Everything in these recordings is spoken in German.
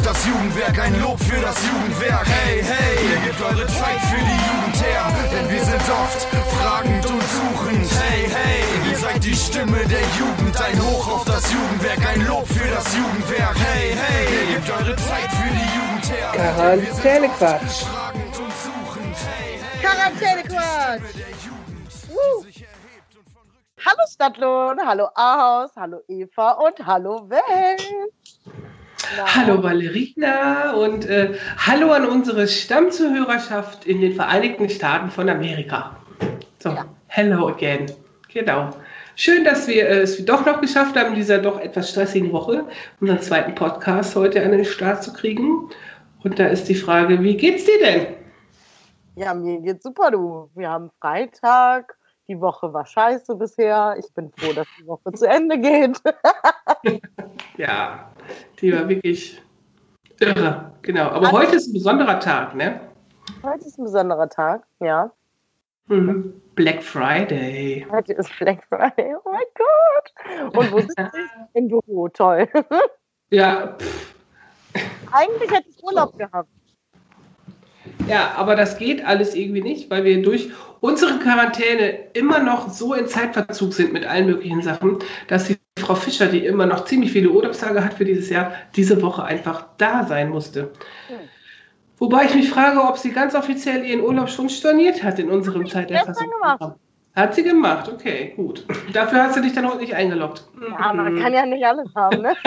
das Jugendwerk, ein Lob für das Jugendwerk. Hey, hey, ihr gebt eure Zeit für die Jugend her, denn wir sind oft fragend und suchend. Hey, hey, ihr seid die Stimme der Jugend, ein Hoch auf das Jugendwerk, ein Lob für das Jugendwerk. Hey, hey, ihr gebt eure Zeit für die Jugend her. Quarantänequatsch. Quarantänequatsch. Hallo Stadtlohn, hallo Ahaus, hallo Eva und hallo Welt. Hallo Valerina und hallo an unsere Stammzuhörerschaft in den Vereinigten Staaten von Amerika. So, ja. Hello again. Genau. Schön, dass wir es doch noch geschafft haben, in dieser doch etwas stressigen Woche unseren zweiten Podcast heute an den Start zu kriegen. Und da ist die Frage, wie geht's dir denn? Ja, mir geht's super, du. Wir haben Freitag. Die Woche war scheiße bisher. Ich bin froh, dass die Woche zu Ende geht. Ja, die war wirklich irre. Genau. Aber heute ist ein besonderer Tag, ne? Heute ist ein besonderer Tag, ja. Black Friday. Heute ist Black Friday. Oh mein Gott. Und wo sitze ich? Im Büro. Toll. Ja. Eigentlich hätte ich Urlaub gehabt. Ja, aber das geht alles irgendwie nicht, weil wir durch unsere Quarantäne immer noch so in Zeitverzug sind mit allen möglichen Sachen, dass die Frau Fischer, die immer noch ziemlich viele Urlaubstage hat für dieses Jahr, diese Woche einfach da sein musste. Wobei ich mich frage, ob sie ganz offiziell ihren Urlaub schon storniert hat in unserem Zeiterfassung. Hat sie gemacht, okay, gut. Dafür hast du dich dann heute nicht eingeloggt. Ja, man kann ja nicht alles haben, ne?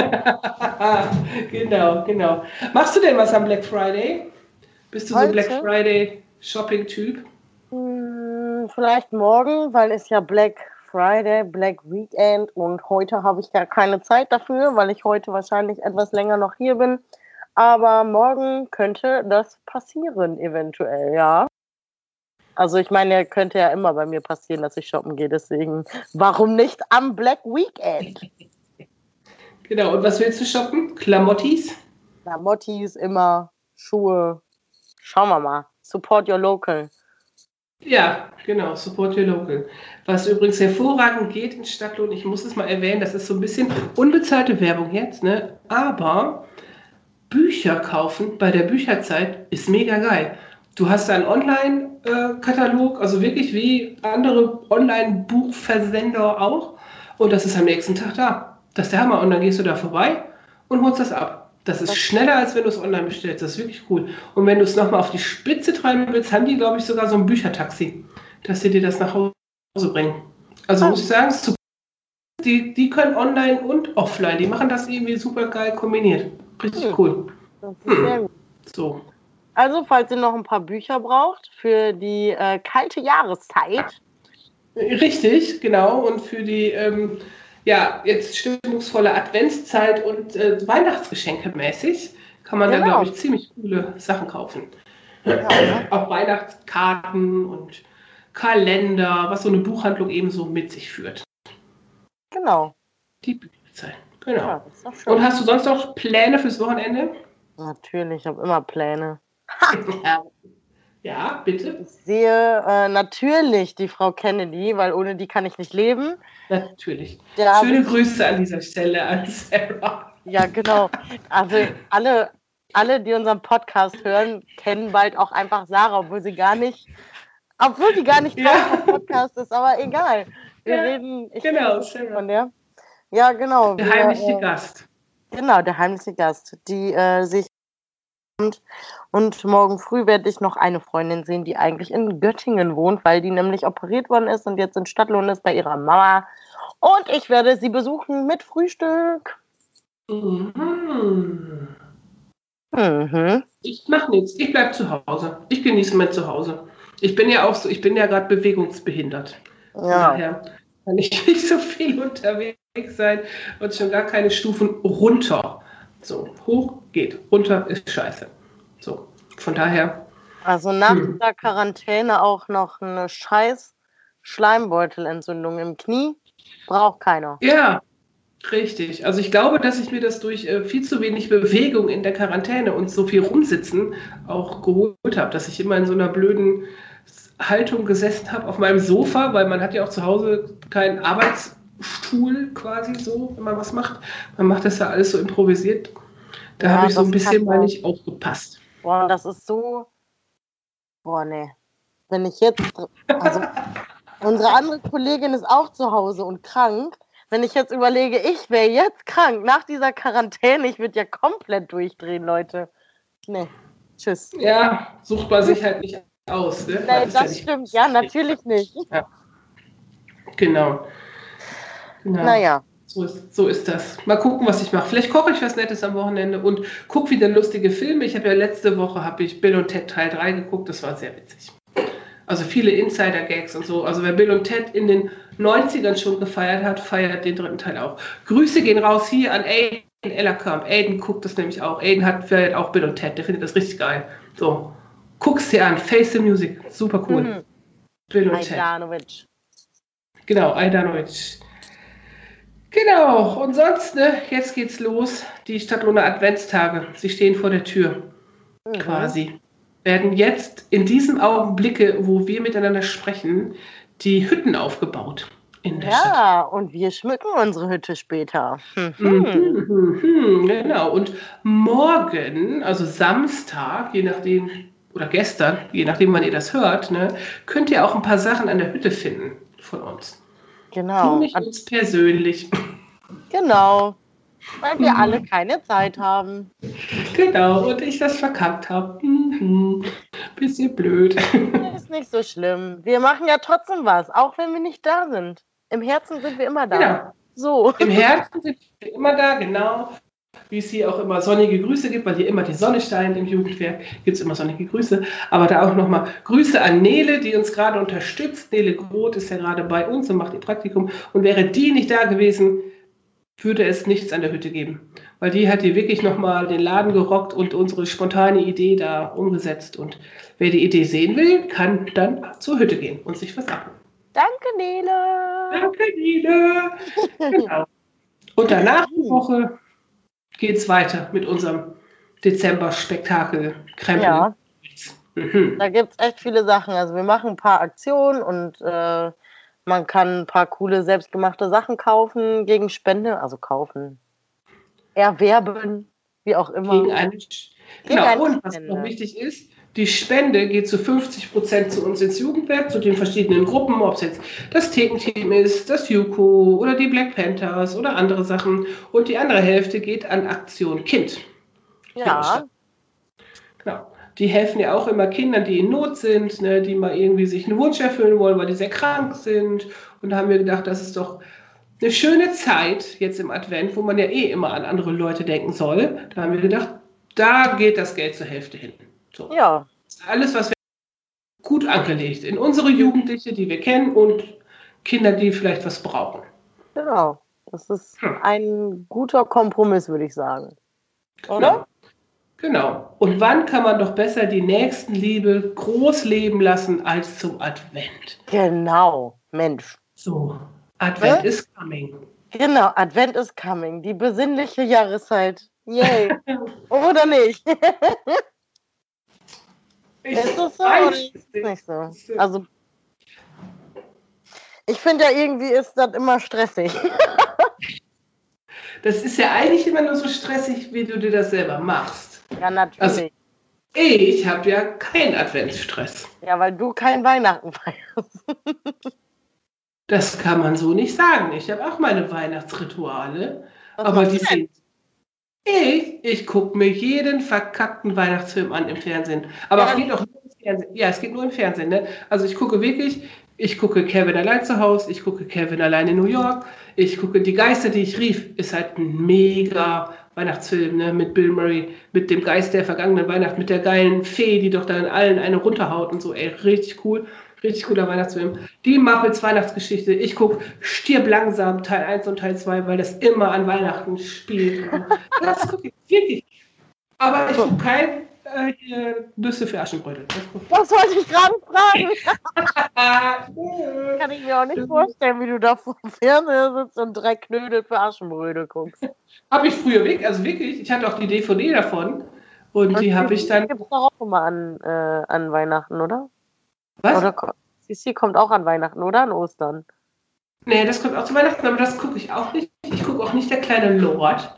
Genau. Machst du denn was am Black Friday? Bist du heute so Black Friday Shopping-Typ? Vielleicht morgen, weil es ja Black Friday, Black Weekend und heute habe ich gar keine Zeit dafür, weil ich heute wahrscheinlich etwas länger noch hier bin. Aber morgen könnte das passieren, eventuell, ja. Also ich meine, könnte ja immer bei mir passieren, dass ich shoppen gehe, deswegen warum nicht am Black Weekend? Genau, und was willst du shoppen? Klamottis? Klamottis, immer, Schuhe. Schauen wir mal. Support your local. Ja, genau, support your local. Was übrigens hervorragend geht in Stadtlohn, ich muss es mal erwähnen, das ist so ein bisschen unbezahlte Werbung jetzt, ne? Aber Bücher kaufen bei der Bücherzeit ist mega geil. Du hast einen Online-Katalog, also wirklich wie andere Online-Buchversender auch. Und das ist am nächsten Tag da. Das ist der Hammer. Und dann gehst du da vorbei und holst das ab. Das ist schneller, als wenn du es online bestellst. Das ist wirklich cool. Und wenn du es nochmal auf die Spitze treiben willst, haben die, glaube ich, sogar so ein Büchertaxi, dass sie dir das nach Hause bringen. Also muss ich sagen, die können online und offline. Die machen das irgendwie super geil kombiniert. Richtig cool. Das ist sehr gut. So. Also, falls ihr noch ein paar Bücher braucht für die kalte Jahreszeit. Richtig, genau. Und für die jetzt stimmungsvolle Adventszeit und Weihnachtsgeschenke mäßig kann man da, glaube ich, ziemlich coole Sachen kaufen. Ja. Auch Weihnachtskarten und Kalender, was so eine Buchhandlung eben so mit sich führt. Genau. Die Bücherzeit, genau. Ja, das ist doch schön. Und hast du sonst noch Pläne fürs Wochenende? Natürlich, ich habe immer Pläne. Ja, bitte. Ich sehe natürlich die Frau Kennedy, weil ohne die kann ich nicht leben. Natürlich. Schöne Grüße an dieser Stelle an Sarah. Ja, genau. Also alle, die unseren Podcast hören, kennen bald auch einfach Sarah, obwohl die gar nicht Teil vom Podcast ist, aber egal. Wir reden von der. Ja, genau. Der heimliche Gast. Genau, der heimliche Gast, die sich und morgen früh werde ich noch eine Freundin sehen, die eigentlich in Göttingen wohnt, weil die nämlich operiert worden ist und jetzt in Stadtlohn ist bei ihrer Mama. Und ich werde sie besuchen mit Frühstück. Ich mache nichts. Ich bleibe zu Hause. Ich genieße mein Zuhause. Ich bin ja gerade bewegungsbehindert. Ja. Daher kann ich nicht so viel unterwegs sein und schon gar keine Stufen runter. So, hoch geht, runter ist scheiße. So, von daher. Also nach der Quarantäne auch noch eine scheiß Schleimbeutelentzündung im Knie. Braucht keiner. Ja, richtig. Also ich glaube, dass ich mir das durch viel zu wenig Bewegung in der Quarantäne und so viel Rumsitzen auch geholt habe, dass ich immer in so einer blöden Haltung gesessen habe auf meinem Sofa, weil man hat ja auch zu Hause keinen Arbeitsstuhl quasi so, wenn man was macht. Man macht das ja alles so improvisiert. Da habe ich so ein bisschen mal nicht aufgepasst. Boah, das ist so. Boah, nee. Wenn ich jetzt. Also, unsere andere Kollegin ist auch zu Hause und krank. Wenn ich jetzt überlege, ich wäre jetzt krank nach dieser Quarantäne, ich würde ja komplett durchdrehen, Leute. Nee, tschüss. Ja, sucht man sich halt nicht aus. Ne? Nee, das stimmt. Ja, natürlich nicht. Ja. Genau. Naja. So ist das. Mal gucken, was ich mache. Vielleicht koche ich was Nettes am Wochenende und gucke wieder lustige Filme. Ich habe ja letzte Woche Bill und Ted Teil 3 geguckt. Das war sehr witzig. Also viele Insider-Gags und so. Also wer Bill und Ted in den 90ern schon gefeiert hat, feiert den dritten Teil auch. Grüße gehen raus hier an Aiden Ellerkamp. Aiden guckt das nämlich auch. Aiden feiert auch Bill und Ted. Der findet das richtig geil. So, guck's dir an. Face the Music. Super cool. Bill und Ted. Genau, Ajdanovic. Genau, und sonst, ne, jetzt geht's los. Die Stadtlohner Adventstage. Sie stehen vor der Tür. Quasi. Werden jetzt in diesem Augenblicke, wo wir miteinander sprechen, die Hütten aufgebaut in der Stadt. Ja, und wir schmücken unsere Hütte später. Genau, und morgen, also Samstag, je nachdem, oder gestern, je nachdem, wann ihr das hört, ne, könnt ihr auch ein paar Sachen an der Hütte finden von uns. Genau. Nicht uns persönlich. Genau. Weil wir alle keine Zeit haben. Genau, und ich das verkackt habe. Bisschen blöd. Ist nicht so schlimm. Wir machen ja trotzdem was, auch wenn wir nicht da sind. Im Herzen sind wir immer da. Genau. So. Im Herzen sind wir immer da, genau. Wie es hier auch immer sonnige Grüße gibt, weil hier immer die Sonne scheint im Jugendwerk, gibt es immer sonnige Grüße. Aber da auch nochmal Grüße an Nele, die uns gerade unterstützt. Nele Groth ist ja gerade bei uns und macht ihr Praktikum. Und wäre die nicht da gewesen, würde es nichts an der Hütte geben. Weil die hat hier wirklich nochmal den Laden gerockt und unsere spontane Idee da umgesetzt. Und wer die Idee sehen will, kann dann zur Hütte gehen und sich was abholen. Danke, Nele. Danke, Nele. Genau. Und danach die Woche geht es weiter mit unserem Dezember-Spektakel Krempel. Ja. Da gibt es echt viele Sachen. Also wir machen ein paar Aktionen und man kann ein paar coole selbstgemachte Sachen kaufen gegen Spende. Also kaufen, erwerben, wie auch immer. Genau, und was noch wichtig ist, die Spende geht zu 50% zu uns ins Jugendwerk, zu den verschiedenen Gruppen, ob es jetzt das Thekenteam ist, das JUKO oder die Black Panthers oder andere Sachen. Und die andere Hälfte geht an Aktion Kind. Ja. Genau. Die helfen ja auch immer Kindern, die in Not sind, ne, die mal irgendwie sich einen Wunsch erfüllen wollen, weil die sehr krank sind. Und da haben wir gedacht, das ist doch eine schöne Zeit jetzt im Advent, wo man ja immer an andere Leute denken soll. Da haben wir gedacht, da geht das Geld zur Hälfte hin. So. Ja. Alles, was wir gut angelegt in unsere Jugendliche, die wir kennen und Kinder, die vielleicht was brauchen. Genau. Das ist ein guter Kompromiss, würde ich sagen. Oder? Genau. Und wann kann man doch besser die Nächstenliebe groß leben lassen als zum Advent? Genau. Mensch. So. Advent is coming. Genau, Advent is coming. Die besinnliche Jahreszeit. Yay. Oder nicht? Ist das so oder ist es nicht so? Also, ich finde ja irgendwie ist das immer stressig. Das ist ja eigentlich immer nur so stressig, wie du dir das selber machst. Ja, natürlich. Also, ich habe ja keinen Adventsstress. Ja, weil du kein Weihnachten feierst. Das kann man so nicht sagen. Ich habe auch meine Weihnachtsrituale. Aber die sind... Ich gucke mir jeden verkackten Weihnachtsfilm an im Fernsehen. Aber es geht auch nur im Fernsehen. Ja, es geht nur im Fernsehen. Ne? Also ich gucke Kevin allein zu Hause, ich gucke Kevin allein in New York, ich gucke Die Geister, die ich rief, ist halt ein mega Weihnachtsfilm, ne? Mit Bill Murray, mit dem Geist der vergangenen Weihnacht, mit der geilen Fee, die doch dann allen eine runterhaut und so. Ey, richtig cool. Richtig cooler Weihnachtsfilm. Die Muppets Weihnachtsgeschichte. Ich gucke Stirb langsam Teil 1 und Teil 2, weil das immer an Weihnachten spielt. Das gucke ich wirklich. Aber ich gucke kein Nüsse für Aschenbrödel. Das wollte ich gerade fragen. Kann ich mir auch nicht vorstellen, wie du da vor dem Fernseher sitzt und 3 Knödel für Aschenbrödel guckst. Habe ich früher wirklich. Ich hatte auch die DVD davon. Und die habe ich dann... Die gibt es doch auch immer an Weihnachten, oder? Was? Oder Sissi kommt auch an Weihnachten, oder? An Ostern. Nee, das kommt auch zu Weihnachten, aber das gucke ich auch nicht. Ich gucke auch nicht der kleine Lord.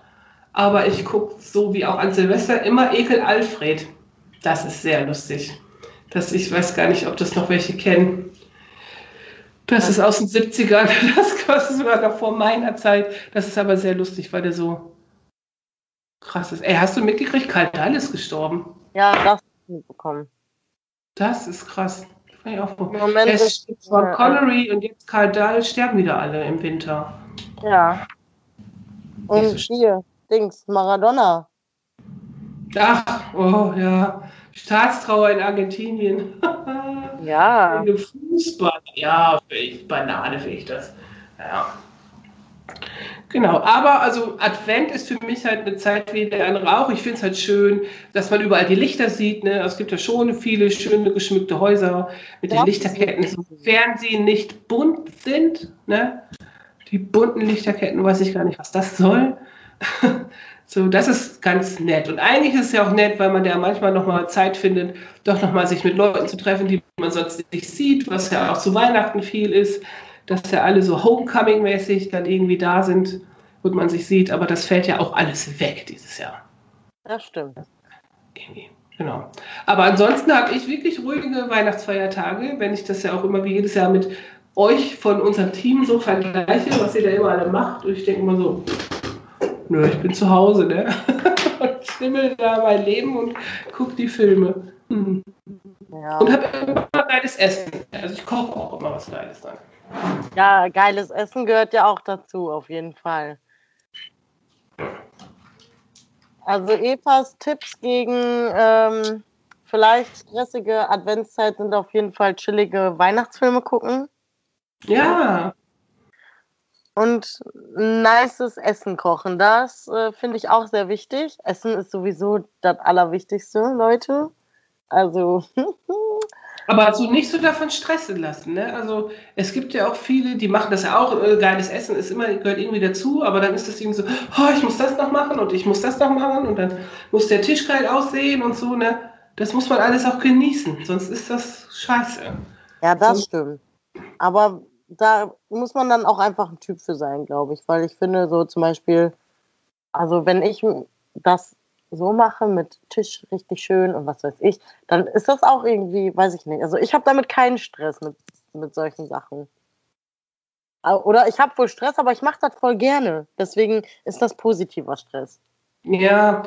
aber ich gucke so wie auch an Silvester immer Ekel Alfred. Das ist sehr lustig. Ich weiß gar nicht, ob das noch welche kennen. Das ist aus den 70ern, das ist sogar noch vor meiner Zeit. Das ist aber sehr lustig, weil der so krass ist. Ey, hast du mitgekriegt, Karl Dall ist gestorben? Ja, das habe ich mitbekommen. Das ist krass. Im Moment Erst Sean Connery und jetzt Karl Dall sterben wieder alle im Winter. Ja. Und hier, Maradona. Ach, oh ja. Staatstrauer in Argentinien. Ja. Wegen Fußball. Ja, Banane finde ich das. Ja. Genau, aber also Advent ist für mich halt eine Zeit wie der andere auch. Ich finde es halt schön, dass man überall die Lichter sieht. Ne? Es gibt ja schon viele schöne geschmückte Häuser mit den Lichterketten, sofern sie nicht bunt sind. Ne? Die bunten Lichterketten, weiß ich gar nicht, was das soll. So, das ist ganz nett. Und eigentlich ist es ja auch nett, weil man ja manchmal nochmal Zeit findet, doch nochmal sich mit Leuten zu treffen, die man sonst nicht sieht, was ja auch zu Weihnachten viel ist, dass ja alle so Homecoming-mäßig dann irgendwie da sind und man sich sieht. Aber das fällt ja auch alles weg dieses Jahr. Das stimmt. Irgendwie. Genau. Aber ansonsten habe ich wirklich ruhige Weihnachtsfeiertage, wenn ich das ja auch immer wie jedes Jahr mit euch von unserem Team so vergleiche, was ihr da immer alle macht. Und ich denke immer so, nö, ich bin zu Hause, ne? Und schwimmel da mein Leben und gucke die Filme. Mhm. Ja. Und habe immer geiles Essen. Also ich koche auch immer was Geiles dann. Ja, geiles Essen gehört ja auch dazu, auf jeden Fall. Also Evas Tipps gegen vielleicht stressige Adventszeit sind auf jeden Fall chillige Weihnachtsfilme gucken. Ja. Und nices Essen kochen, das finde ich auch sehr wichtig. Essen ist sowieso das Allerwichtigste, Leute. Also. Aber so nicht so davon stressen lassen, ne? Also es gibt ja auch viele, die machen das ja auch, geiles Essen gehört irgendwie dazu, aber dann ist das irgendwie so, oh, ich muss das noch machen und ich muss das noch machen und dann muss der Tisch geil aussehen und so, ne? Das muss man alles auch genießen, sonst ist das scheiße. Ja, das stimmt. Aber da muss man dann auch einfach ein Typ für sein, glaube ich, weil ich finde so zum Beispiel, also wenn ich das so mache mit Tisch richtig schön und was weiß ich, dann ist das auch irgendwie, weiß ich nicht, also ich habe damit keinen Stress mit solchen Sachen. Oder ich habe wohl Stress, aber ich mache das voll gerne. Deswegen ist das positiver Stress. Ja,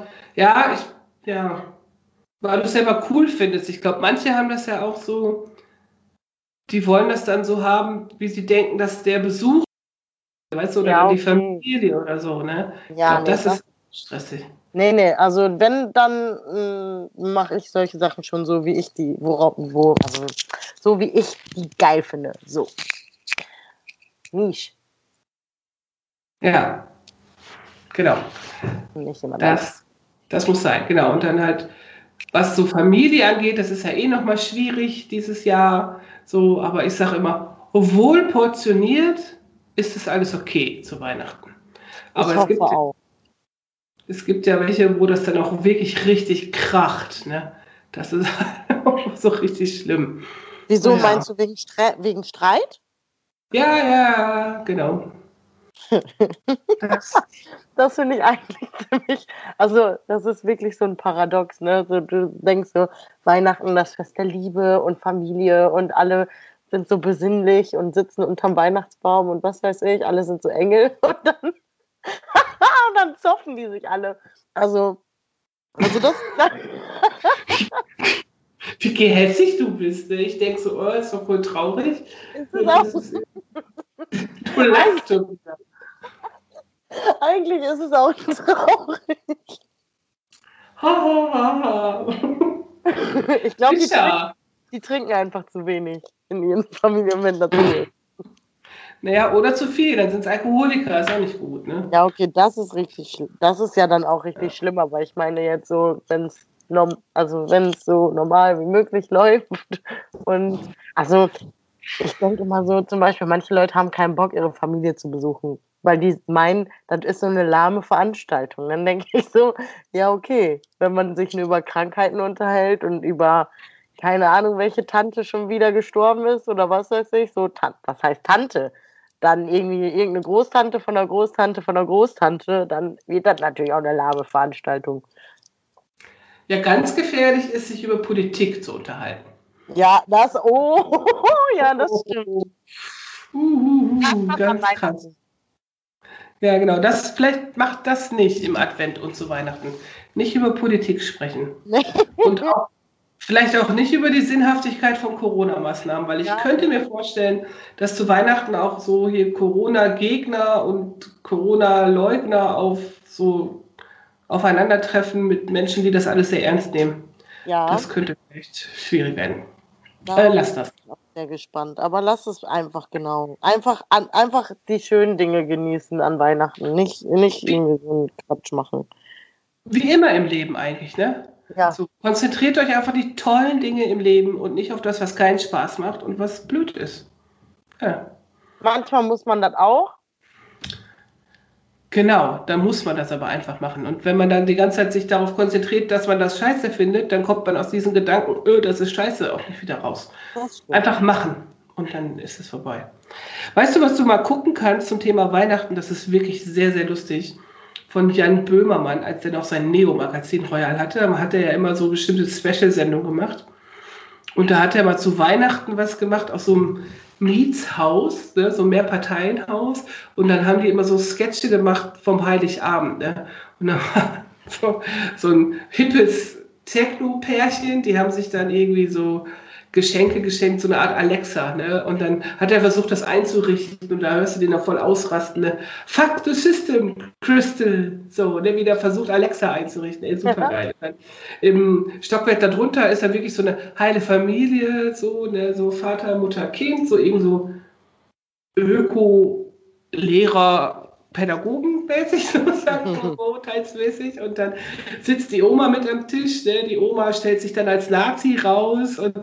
weil du es selber cool findest. Ich glaube, manche haben das ja auch so, die wollen das dann so haben, wie sie denken, dass der Besuch, weißt du, oder ja, okay, die Familie oder so, ne? Ja, ich glaube, das ist stressig. Nee, also wenn, dann mache ich solche Sachen schon so, wie ich so wie ich die geil finde. So. Nicht. Ja, genau. Nicht immer das muss sein, genau. Und dann halt, was so Familie angeht, das ist ja eh nochmal schwierig dieses Jahr. So, aber ich sage immer, wohl portioniert ist das alles okay zu Weihnachten. Aber es gibt ja welche, wo das dann auch wirklich richtig kracht. Ne? Das ist so richtig schlimm. Wieso meinst du wegen Streit? Ja, genau. Das finde ich eigentlich ziemlich, also das ist wirklich so ein Paradox, ne? So, du denkst so, Weihnachten, das Fest der Liebe und Familie und alle sind so besinnlich und sitzen unterm Weihnachtsbaum und was weiß ich, alle sind so Engel und dann zoffen die sich alle. Also das... Wie gehässig du bist, ne? Ich denke so, oh, ist doch voll traurig. Du lachst schon wieder. Eigentlich ist es auch traurig. Ich glaube, die trinken einfach zu wenig in ihren Familien, wenn das so ist. Naja, oder zu viel, dann sind es Alkoholiker, ist auch nicht gut, ne? Ja, okay, das ist richtig schlimm. Das ist ja dann auch richtig schlimm, aber ich meine jetzt so, wenn es so normal wie möglich läuft und also ich denke immer so, zum Beispiel, manche Leute haben keinen Bock, ihre Familie zu besuchen, weil die meinen, das ist so eine lahme Veranstaltung. Dann denke ich so, ja okay, wenn man sich nur über Krankheiten unterhält und über, keine Ahnung, welche Tante schon wieder gestorben ist oder was weiß ich, so, was heißt Tante? dann irgendwie irgendeine Großtante von der Großtante von der Großtante, dann wird das natürlich auch eine lahme Veranstaltung. Ja, ganz gefährlich ist, sich über Politik zu unterhalten. Ja, ja, das stimmt. Ganz krass. Ja, genau. Vielleicht macht das nicht im Advent und zu Weihnachten. Nicht über Politik sprechen. Und vielleicht auch nicht über die Sinnhaftigkeit von Corona-Maßnahmen, weil ich könnte mir vorstellen, dass zu Weihnachten auch so hier Corona-Gegner und Corona-Leugner aufeinandertreffen mit Menschen, die das alles sehr ernst nehmen. Ja. Das könnte vielleicht schwierig werden. Lass das. Ich bin auch sehr gespannt, aber lass es einfach Einfach die schönen Dinge genießen an Weihnachten, nicht irgendwie so einen Quatsch machen. Wie immer im Leben eigentlich, ne? Ja. Also konzentriert euch einfach die tollen Dinge im Leben und nicht auf das, was keinen Spaß macht und was blöd ist. Ja. Manchmal muss man das auch. Genau, dann muss man das aber einfach machen. Und wenn man dann die ganze Zeit sich darauf konzentriert, dass man das scheiße findet, dann kommt man aus diesen Gedanken, das ist scheiße, auch nicht wieder raus. Einfach machen und dann ist es vorbei. Weißt du, was du mal gucken kannst zum Thema Weihnachten? Das ist wirklich sehr, sehr lustig. Von Jan Böhmermann, als er noch sein Neo-Magazin Royal hatte, hat er ja immer so bestimmte Special-Sendungen gemacht. Und da hat er mal zu Weihnachten was gemacht aus so einem Mietshaus, ne, so ein Mehrparteienhaus. Und dann haben die immer so Sketche gemacht vom Heiligabend. Ne? Und dann war so ein hippes Techno-Pärchen, die haben sich dann irgendwie so Geschenke geschenkt, so eine Art Alexa, ne? Und dann hat er versucht, das einzurichten und da hörst du den noch voll ausrasten, ne? Fuck the system, Crystal, so, ne? Wieder versucht, Alexa einzurichten, ey, super geil. Dann im Stockwerk darunter ist dann wirklich so eine heile Familie, so, ne? So Vater, Mutter, Kind, so irgend so Öko-Lehrer, Pädagogenmäßig, sozusagen, teilsmäßig. Und dann sitzt die Oma mit am Tisch. Ne? Die Oma stellt sich dann als Nazi raus und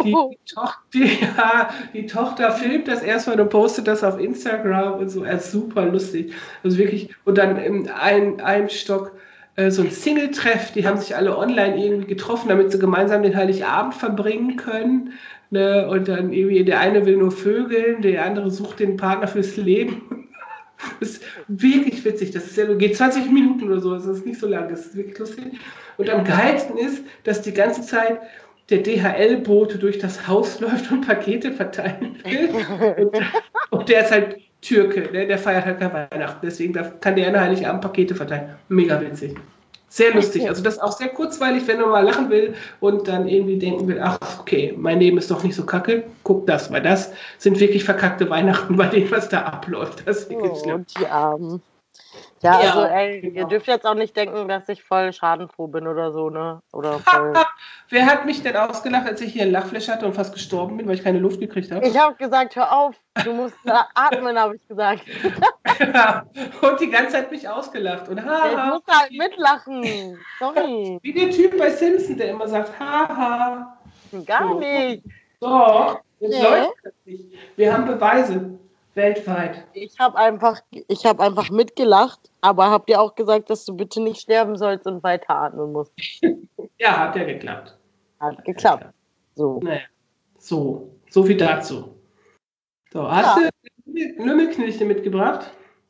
die Tochter filmt das erstmal und postet das auf Instagram und so. Super lustig. Also wirklich. Und dann in einem Stock so ein Single-Treff. Die haben sich alle online irgendwie getroffen, damit sie gemeinsam den Heiligabend verbringen können. Ne? Und dann irgendwie der eine will nur vögeln, der andere sucht den Partner fürs Leben. Das ist wirklich witzig. Das ist ja, geht 20 Minuten oder so. Das ist nicht so lang. Das ist wirklich lustig. Und am geilsten ist, dass die ganze Zeit der DHL-Bote durch das Haus läuft und Pakete verteilen will. Und der ist halt Türke. Ne? Der feiert halt kein Weihnachten. Deswegen kann der an Heiligabend Pakete verteilen. Mega witzig. Sehr lustig. Also das ist auch sehr kurzweilig, wenn man mal lachen will und dann irgendwie denken will, ach, okay, mein Leben ist doch nicht so kacke. Guck das, weil das sind wirklich verkackte Weihnachten bei dem, was da abläuft. Das ist wirklich schlimm. Und die Armen. Ja, also genau. Ihr dürft jetzt auch nicht denken, dass ich voll schadenfroh bin oder so, ne? Oder voll... Wer hat mich denn ausgelacht, als ich hier einen Lachflash hatte und fast gestorben bin, weil ich keine Luft gekriegt habe? Ich habe gesagt, hör auf, du musst atmen, habe ich gesagt. Und die ganze Zeit mich ausgelacht. Und ich muss halt mitlachen. Sorry. Wie der Typ bei Simpson, der immer sagt, haha. Gar nicht. Doch, jetzt läuft das nicht. Wir haben Beweise. Weltweit. Ich habe einfach mitgelacht, aber habt ihr auch gesagt, dass du bitte nicht sterben sollst und weiter atmen musst? Ja, hat ja geklappt. Hat geklappt. So. Naja, so viel dazu. So, hast du Lümmelknilche mitgebracht?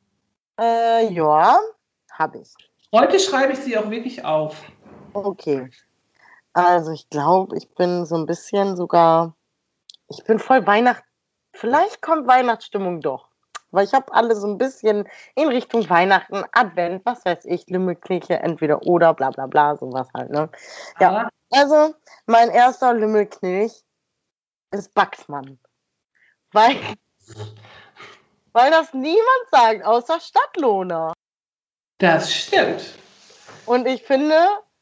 Ja, habe ich. Heute schreibe ich sie auch wirklich auf. Okay. Also ich glaube, ich bin so ein bisschen sogar, ich bin voll Weihnachten. Vielleicht kommt Weihnachtsstimmung doch. Weil ich habe alle so ein bisschen in Richtung Weihnachten, Advent, was weiß ich, Lümmelknilche, entweder oder, bla bla bla, sowas halt, ne? Ja, also mein erster Lümmelknilch ist Baxmann. Weil das niemand sagt, außer Stadtlohner. Das stimmt. Und ich finde,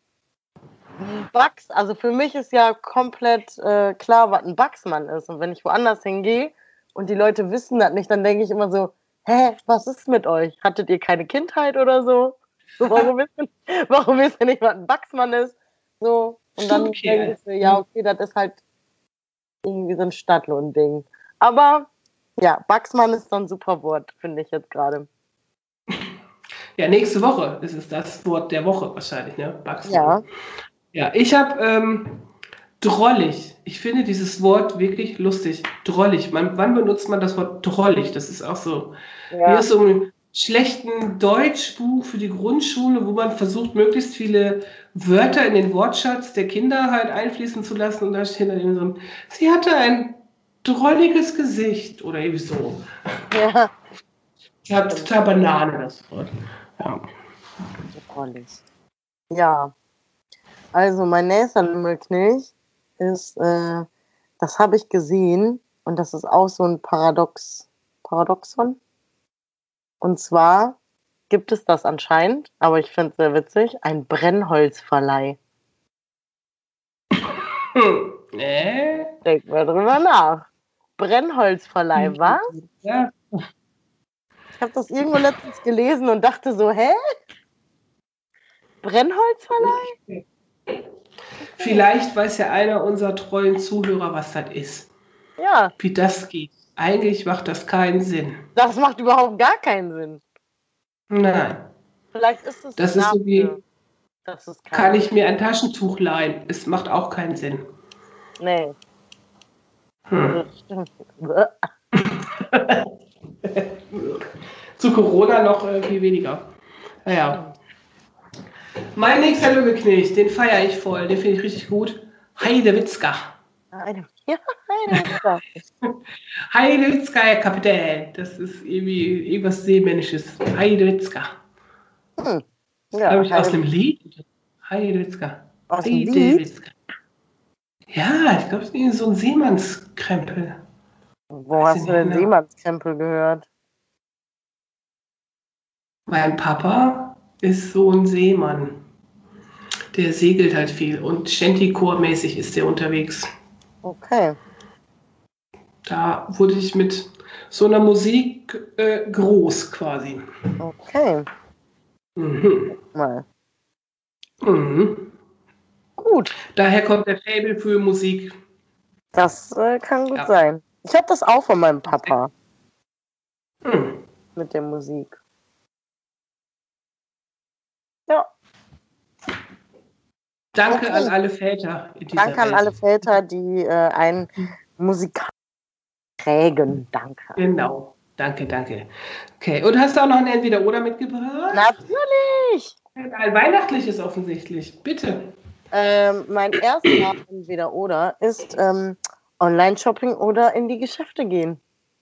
also für mich ist ja komplett klar, was ein Baxmann ist. Und wenn ich woanders hingehe und die Leute wissen das nicht, dann denke ich immer so, hä, was ist mit euch? Hattet ihr keine Kindheit oder so? Warum wisst ihr nicht, was ein Baxmann ist? So, und dann denke ich so, ja, okay, das ist halt irgendwie so ein Stadtlohn-Ding. Aber ja, Baxmann ist so ein super Wort, finde ich jetzt gerade. Ja, nächste Woche ist es das Wort der Woche wahrscheinlich, ne? Baxmann. Ja. Ja, ich habe Drollig. Ich finde dieses Wort wirklich lustig. Drollig. Wann benutzt man das Wort drollig? Das ist auch so. Wie Ja, aus so einem schlechten Deutschbuch für die Grundschule, wo man versucht, möglichst viele Wörter in den Wortschatz der Kinder halt einfließen zu lassen. Und da steht dann eben so ein, sie hatte ein drolliges Gesicht oder irgendwie so. ja. Ja, total Banane, das Wort. Ja. Drollig. Ja, also mein nächster Lümmelknilch ist, das habe ich gesehen und das ist auch so ein Paradoxon. Und zwar gibt es das anscheinend, aber ich finde es sehr witzig, ein Brennholzverleih. Denk mal drüber nach. Brennholzverleih, was? Ja. Ich habe das irgendwo letztens gelesen und dachte so, hä? Brennholzverleih? Vielleicht weiß ja einer unserer treuen Zuhörer, was das ist. Ja, Wie das geht. Eigentlich macht das keinen Sinn. das macht überhaupt gar keinen Sinn. Nein. Vielleicht ist es Das ist so wie, das ist kann ich mir ein Taschentuch leihen? Es macht auch keinen Sinn. Nee. Hm. Das stimmt. Zu Corona noch viel weniger. Naja. Mein nächster Lümmelknecht, den feiere ich voll. Den finde ich richtig gut. Heidewitzka. Heidewitzka. Heidewitzka, Herr Kapitän. Das ist irgendwie irgendwas Seemännisches. Heidewitzka. Ja, Habe ich aus dem Lied? Heidewitzka. Aus dem Lied? Heidewitzka. Ja, ich glaube, es ist irgendwie so ein Seemannskrempel. Wo hast du denn Seemannskrempel gehört? Mein Papa ist so ein Seemann. Der segelt halt viel und Shantycore-mäßig ist der unterwegs. Okay. Da wurde ich mit so einer Musik groß quasi. Okay. Mhm. Mal. Mhm. Gut. Daher kommt der Faible für Musik. Das kann gut sein. Ich habe das auch von meinem Papa. Mhm. Mit der Musik. Ja. Danke an alle Väter. In dieser Danke an Welt. alle Väter, die einen Musikal prägen. Danke. Genau. Danke. Okay, und hast du auch noch ein Entweder-Oder mitgebracht? Natürlich! Ein weihnachtliches offensichtlich. Bitte. Mein erster Entweder-Oder ist Online-Shopping oder in die Geschäfte gehen.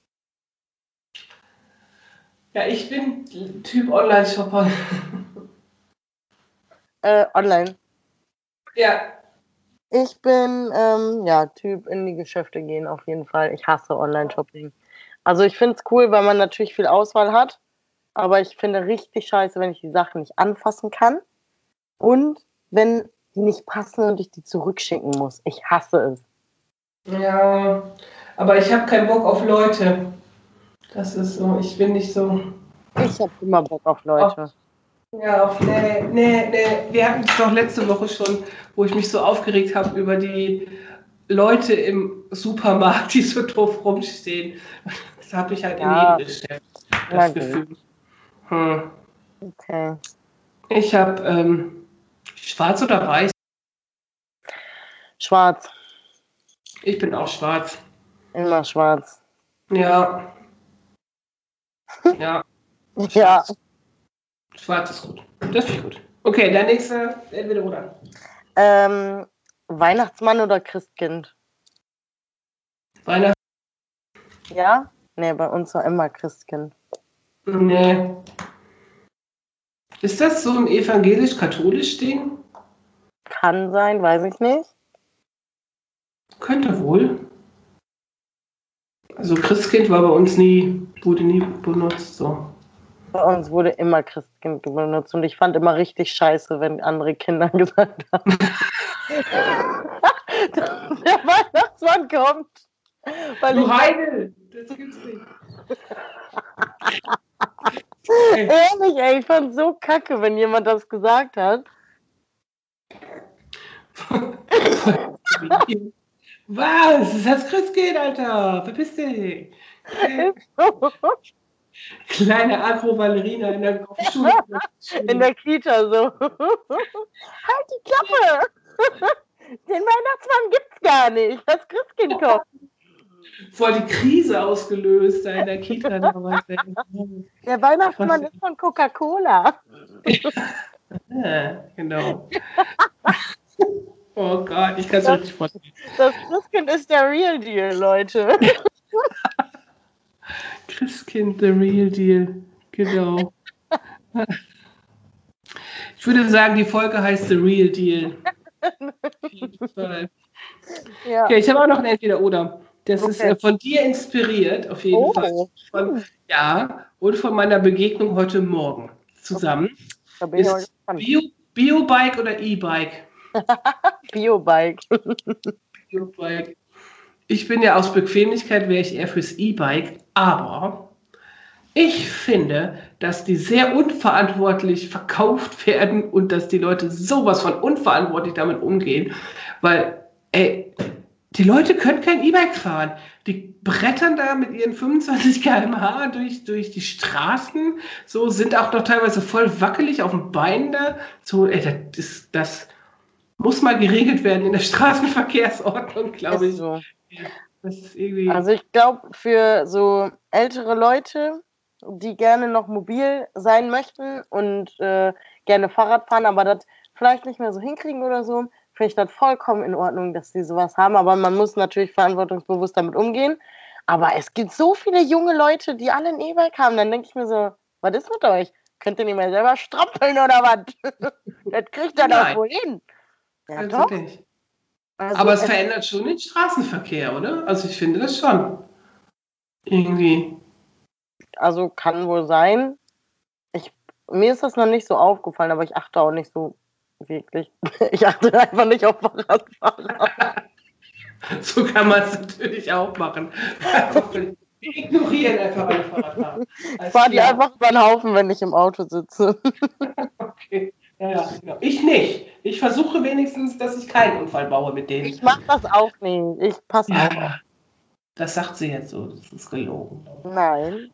Ja, ich bin Typ Online-Shopper. Online. Ja. Ich bin Typ in die Geschäfte gehen auf jeden Fall. Ich hasse Online-Shopping. Also ich finde es cool, weil man natürlich viel Auswahl hat, aber ich finde richtig scheiße, wenn ich die Sachen nicht anfassen kann und wenn die nicht passen und ich die zurückschicken muss. Ich hasse es. Ja, aber ich habe keinen Bock auf Leute. Das ist so, ich bin nicht so. Ich habe immer Bock auf Leute. Nee. Wir hatten es doch letzte Woche schon, wo ich mich so aufgeregt habe über die Leute im Supermarkt, die so doof rumstehen. Das habe ich halt in jedem Geschäft, das Gefühl. Okay. Ich habe schwarz oder weiß? Schwarz. Ich bin auch schwarz. Immer schwarz. Ja. Ja. Ja. Schwarz ist gut. Das finde ich gut. Okay, der nächste, entweder oder. Weihnachtsmann oder Christkind? Weihnachten. Ja? Nee, bei uns war immer Christkind. Nee. Ist das so ein evangelisch-katholisch Ding? Kann sein, weiß ich nicht. Könnte wohl. Also Christkind war bei uns wurde nie benutzt. So. Bei uns wurde immer Christkind benutzt und ich fand immer richtig scheiße, wenn andere Kinder gesagt haben, dass der Weihnachtsmann kommt. Du Heidel! Das gibt's nicht. Ehrlich, ey, ich fand so kacke, wenn jemand das gesagt hat. Was? Das ist das Christkind, Alter! Verpiss dich! Kleine Agro-Ballerina in der Schule. In der Kita so. Halt die Klappe! Den Weihnachtsmann gibt's gar nicht. Das Christkind kommt. Voll die Krise ausgelöst da in der Kita damals. Der Weihnachtsmann ist von Coca-Cola. Ja, genau. Oh Gott, ich kann es richtig vorstellen. Das Christkind ist der Real Deal, Leute. Christkind, the real deal. Genau. Ich würde sagen, die Folge heißt The Real Deal. Auf jeden Fall. Ja. Okay, ich habe auch noch ein Entweder-Oder. Das ist von dir inspiriert, auf jeden Fall. Und von meiner Begegnung heute Morgen zusammen. Da bin ich ist Bio-Bike oder E-Bike? Bio-Bike. Bio-Bike. Ich bin ja aus Bequemlichkeit, wäre ich eher fürs E-Bike, aber ich finde, dass die sehr unverantwortlich verkauft werden und dass die Leute sowas von unverantwortlich damit umgehen, weil, die Leute können kein E-Bike fahren. Die brettern da mit ihren 25 km/h durch die Straßen, so sind auch noch teilweise voll wackelig auf den Beinen da. So, das muss mal geregelt werden in der Straßenverkehrsordnung, glaube ich. So. Das ist irgendwie... Also ich glaube, für so ältere Leute, die gerne noch mobil sein möchten und gerne Fahrrad fahren, aber das vielleicht nicht mehr so hinkriegen oder so, finde ich das vollkommen in Ordnung, dass die sowas haben. Aber man muss natürlich verantwortungsbewusst damit umgehen. Aber es gibt so viele junge Leute, die alle ein E-Bike haben. Dann denke ich mir so, was ist mit euch? Könnt ihr nicht mehr selber strampeln oder was? Das kriegt ihr doch wohl hin. Ja, also doch. nicht. Also, Aber es verändert schon den Straßenverkehr, oder? Also ich finde das schon. Irgendwie. Also kann wohl sein. Mir ist das noch nicht so aufgefallen, aber ich achte auch nicht so wirklich. Ich achte einfach nicht auf Fahrradfahrer. So kann man es natürlich auch machen. Wir ignorieren einfach alle Fahrradfahrer. Ich fahre die einfach über den Haufen, wenn ich im Auto sitze. Okay. Ja, genau. Ich nicht. Ich versuche wenigstens, dass ich keinen Unfall baue mit denen. Ich mache das auch nicht. Ich passe auch auf. Das sagt sie jetzt so. Das ist gelogen. Nein.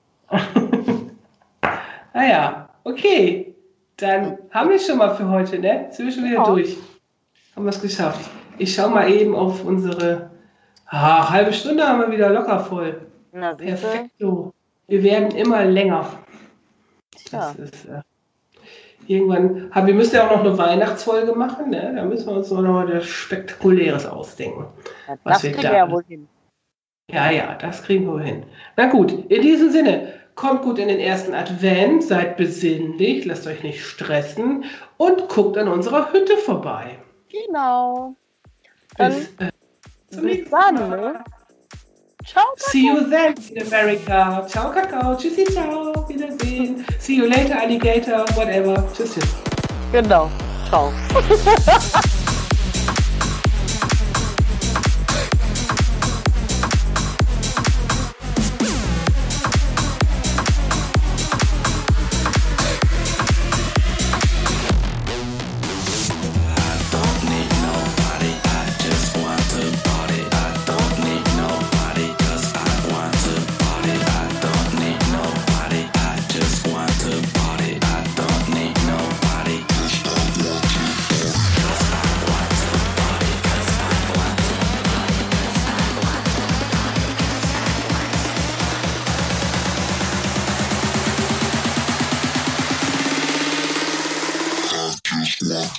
Naja, okay. Dann haben wir es schon mal für heute, ne? Sind wir schon wieder durch. Haben wir es geschafft. Ich schaue mal eben auf unsere halbe Stunde haben wir wieder locker voll. Na, perfekt so. Wir werden immer länger. Ja. Das ist irgendwann wir müssen ja auch noch eine Weihnachtsfolge machen, ne? Da müssen wir uns noch mal was Spektakuläres ausdenken. Ja, das kriegen wir ja wohl hin. Ja, das kriegen wir hin. Na gut, in diesem Sinne, kommt gut in den ersten Advent, seid besinnlich, lasst euch nicht stressen und guckt an unserer Hütte vorbei. Genau. Dann zum nächsten Mal. Ne? Ciao, Kakao. See you then in America. Ciao, Kakao. Tschüssi, ciao. Wiedersehen. See you later, Alligator. Whatever. Tschüss. Genau. Ciao.